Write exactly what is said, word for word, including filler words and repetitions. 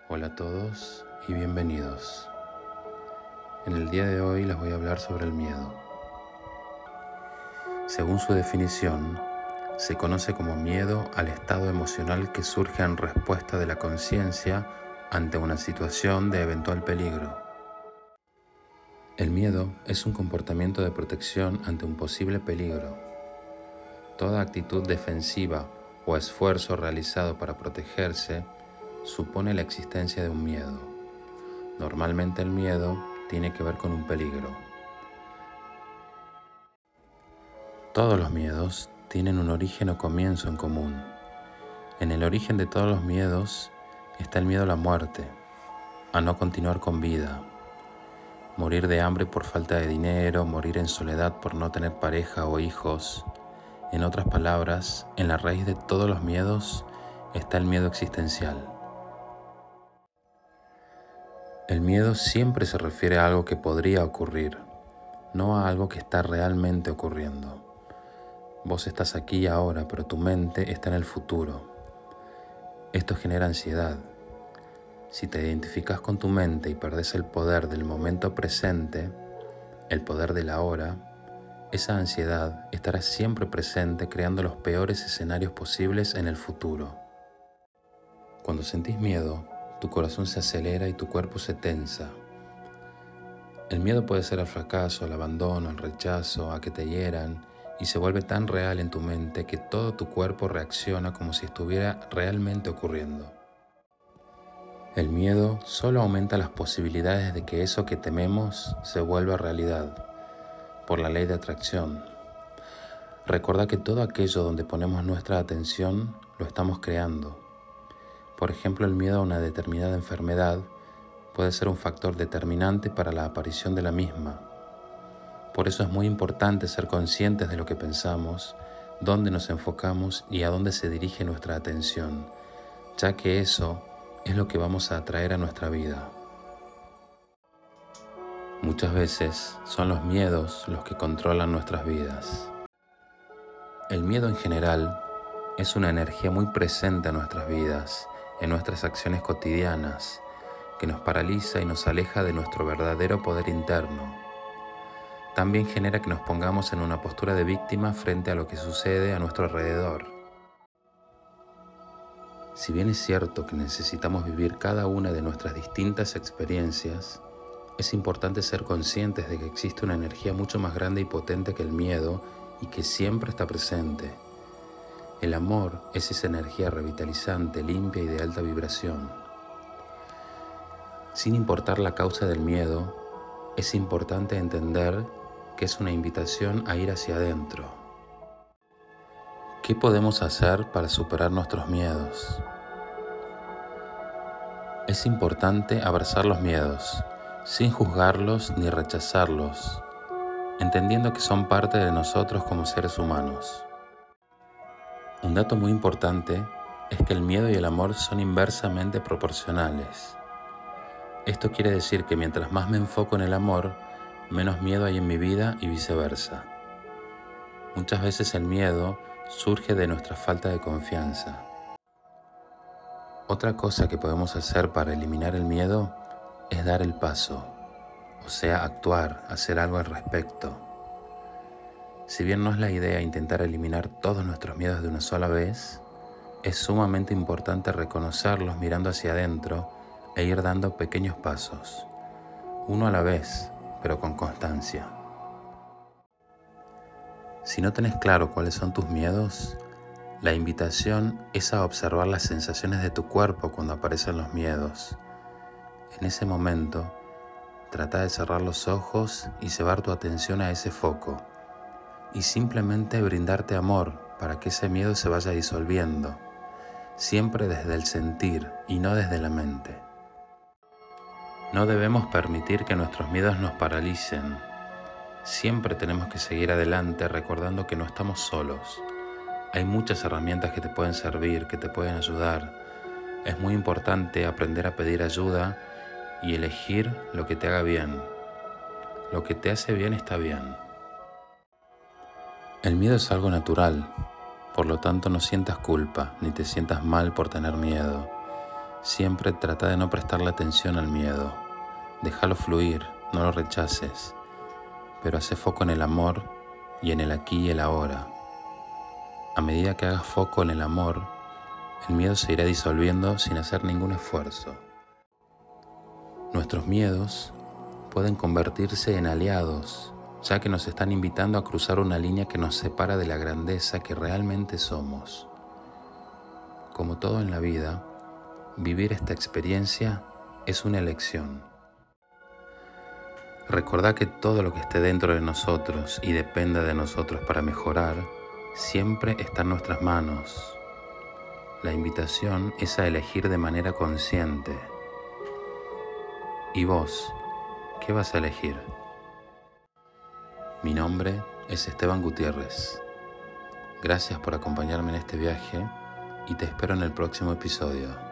Hola a todos y bienvenidos. En el día de hoy les voy a hablar sobre el miedo. Según su definición, se conoce como miedo al estado emocional que surge en respuesta de la conciencia ante una situación de eventual peligro. El miedo es un comportamiento de protección ante un posible peligro. Toda actitud defensiva o esfuerzo realizado para protegerse supone la existencia de un miedo. Normalmente el miedo tiene que ver con un peligro. Todos los miedos tienen un origen o comienzo en común. En el origen de todos los miedos está el miedo a la muerte, a no continuar con vida, morir de hambre por falta de dinero, morir en soledad por no tener pareja o hijos. En otras palabras, en la raíz de todos los miedos está el miedo existencial. El miedo siempre se refiere a algo que podría ocurrir, no a algo que está realmente ocurriendo. Vos estás aquí y ahora, pero tu mente está en el futuro. Esto genera ansiedad. Si te identificas con tu mente y perdés el poder del momento presente, el poder del ahora, esa ansiedad estará siempre presente creando los peores escenarios posibles en el futuro. Cuando sentís miedo, tu corazón se acelera y tu cuerpo se tensa. El miedo puede ser al fracaso, al abandono, al rechazo, a que te hieran, y se vuelve tan real en tu mente que todo tu cuerpo reacciona como si estuviera realmente ocurriendo. El miedo solo aumenta las posibilidades de que eso que tememos se vuelva realidad, por la ley de atracción. Recuerda que todo aquello donde ponemos nuestra atención lo estamos creando. Por ejemplo, el miedo a una determinada enfermedad puede ser un factor determinante para la aparición de la misma. Por eso es muy importante ser conscientes de lo que pensamos, dónde nos enfocamos y a dónde se dirige nuestra atención, ya que eso es lo que vamos a atraer a nuestra vida. Muchas veces son los miedos los que controlan nuestras vidas. El miedo en general es una energía muy presente en nuestras vidas, en nuestras acciones cotidianas, que nos paraliza y nos aleja de nuestro verdadero poder interno. También genera que nos pongamos en una postura de víctima frente a lo que sucede a nuestro alrededor. Si bien es cierto que necesitamos vivir cada una de nuestras distintas experiencias, es importante ser conscientes de que existe una energía mucho más grande y potente que el miedo y que siempre está presente. El amor es esa energía revitalizante, limpia y de alta vibración. Sin importar la causa del miedo, es importante entender que es una invitación a ir hacia adentro. ¿Qué podemos hacer para superar nuestros miedos? Es importante abrazar los miedos, sin juzgarlos ni rechazarlos, entendiendo que son parte de nosotros como seres humanos. Un dato muy importante es que el miedo y el amor son inversamente proporcionales. Esto quiere decir que mientras más me enfoco en el amor, menos miedo hay en mi vida y viceversa. Muchas veces el miedo surge de nuestra falta de confianza. Otra cosa que podemos hacer para eliminar el miedo es dar el paso, o sea, actuar, hacer algo al respecto. Si bien no es la idea intentar eliminar todos nuestros miedos de una sola vez, es sumamente importante reconocerlos mirando hacia adentro e ir dando pequeños pasos, uno a la vez, pero con constancia. Si no tenés claro cuáles son tus miedos, la invitación es a observar las sensaciones de tu cuerpo cuando aparecen los miedos. En ese momento, trata de cerrar los ojos y llevar tu atención a ese foco y simplemente brindarte amor para que ese miedo se vaya disolviendo, siempre desde el sentir y no desde la mente. No debemos permitir que nuestros miedos nos paralicen. Siempre tenemos que seguir adelante recordando que no estamos solos. Hay muchas herramientas que te pueden servir, que te pueden ayudar. Es muy importante aprender a pedir ayuda y elegir lo que te haga bien. Lo que te hace bien está bien. El miedo es algo natural, por lo tanto no sientas culpa ni te sientas mal por tener miedo. Siempre trata de no prestarle atención al miedo. Déjalo fluir, no lo rechaces, pero hace foco en el amor y en el aquí y el ahora. A medida que hagas foco en el amor, el miedo se irá disolviendo sin hacer ningún esfuerzo. Nuestros miedos pueden convertirse en aliados, ya que nos están invitando a cruzar una línea que nos separa de la grandeza que realmente somos. Como todo en la vida, vivir esta experiencia es una elección. Recordá que todo lo que esté dentro de nosotros y dependa de nosotros para mejorar, siempre está en nuestras manos. La invitación es a elegir de manera consciente. ¿Y vos, qué vas a elegir? Mi nombre es Esteban Gutiérrez. Gracias por acompañarme en este viaje y te espero en el próximo episodio.